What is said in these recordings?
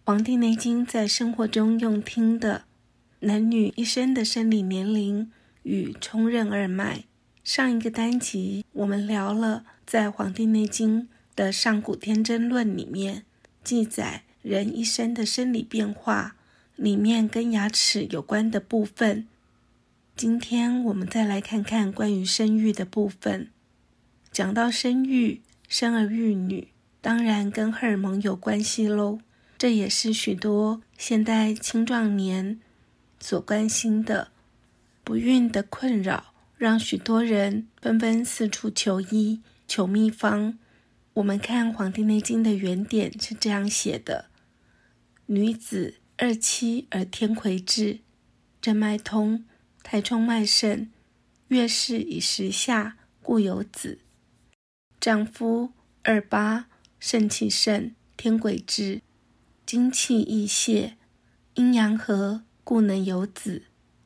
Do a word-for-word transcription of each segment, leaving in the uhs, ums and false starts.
黄帝内经在生活中用听的男女一生的生理年龄与冲任二脉。上一个单集我们聊了在黄帝内经的上古天真论里面记载人一生的生理变化，里面跟牙齿有关的部分。今天我们再来看看关于生育的部分。讲到生育，生儿育女当然跟荷尔蒙有关系咯，这也是许多现代青壮年所关心的。不孕的困扰让许多人纷纷四处求医求秘方。我们看《黄帝内经》的原点是这样写的：女子二七而天癸至，正脉通，太冲脉盛，月事以时下，故有子。丈夫二八，肾气盛，天癸至，精气溢泄，阴阳和，故能有子。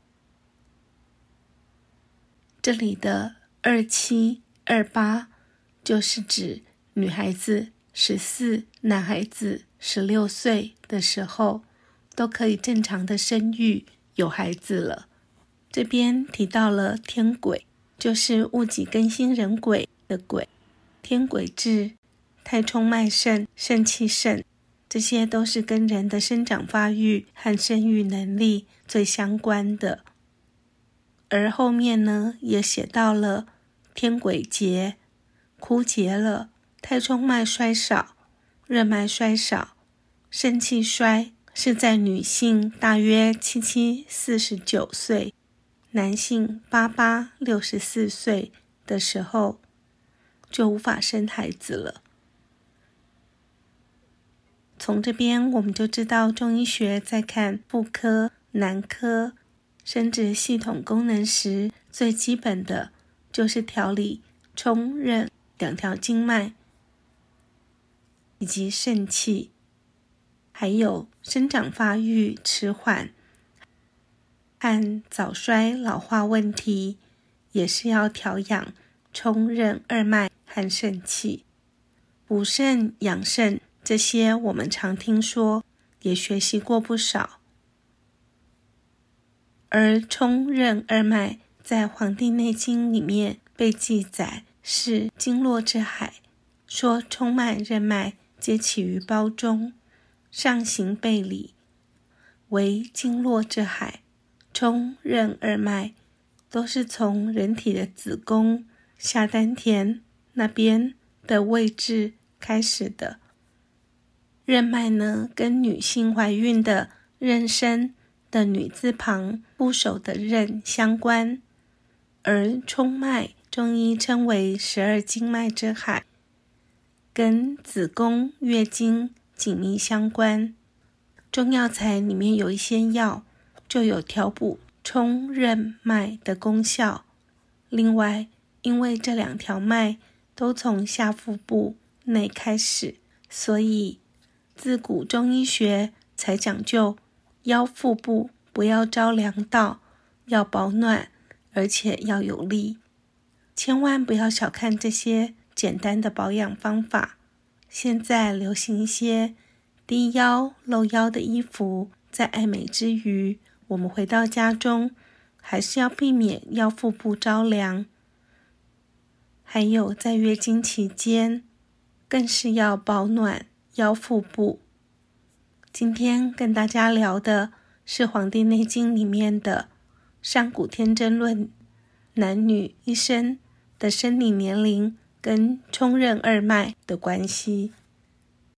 这里的二七、二八就是指女孩子十四，男孩子十六岁的时候都可以正常的生育有孩子了。这边提到了天癸，就是物己更新人癸的癸，天癸至，太冲脉盛，肾气盛，这些都是跟人的生长发育和生育能力最相关的。而后面呢也写到了天癸竭，枯竭了，太冲脉衰少，任脉衰少，肾气衰，是在女性大约七七四十九岁，男性八八六十四岁的时候就无法生孩子了。从这边我们就知道中医学在看妇科、男科生殖系统功能时，最基本的就是调理冲任两条经脉以及肾气，还有生长发育迟缓和早衰老化问题，也是要调养冲任二脉和肾气。补肾养肾这些我们常听说，也学习过不少。而冲任二脉在《黄帝内经》里面被记载是经络之海，说冲脉任脉皆起于胞中，上行背里，为经络之海。冲任二脉都是从人体的子宫下丹田那边的位置开始的。任脉呢，跟女性怀孕的妊娠的女字旁部首的任相关，而冲脉中医称为十二经脉之海，跟子宫月经紧密相关。中药材里面有一些药就有调补冲任脉的功效。另外，因为这两条脉都从下腹部内开始，所以自古中医学才讲究腰腹部不要着凉到，要保暖，而且要有力。千万不要小看这些简单的保养方法。现在流行一些低腰露腰的衣服，在爱美之余，我们回到家中还是要避免腰腹部着凉。还有在月经期间更是要保暖腰腹部。今天跟大家聊的是《黄帝内经》里面的上古天真论，男女一生的生理年龄跟冲任二脉的关系。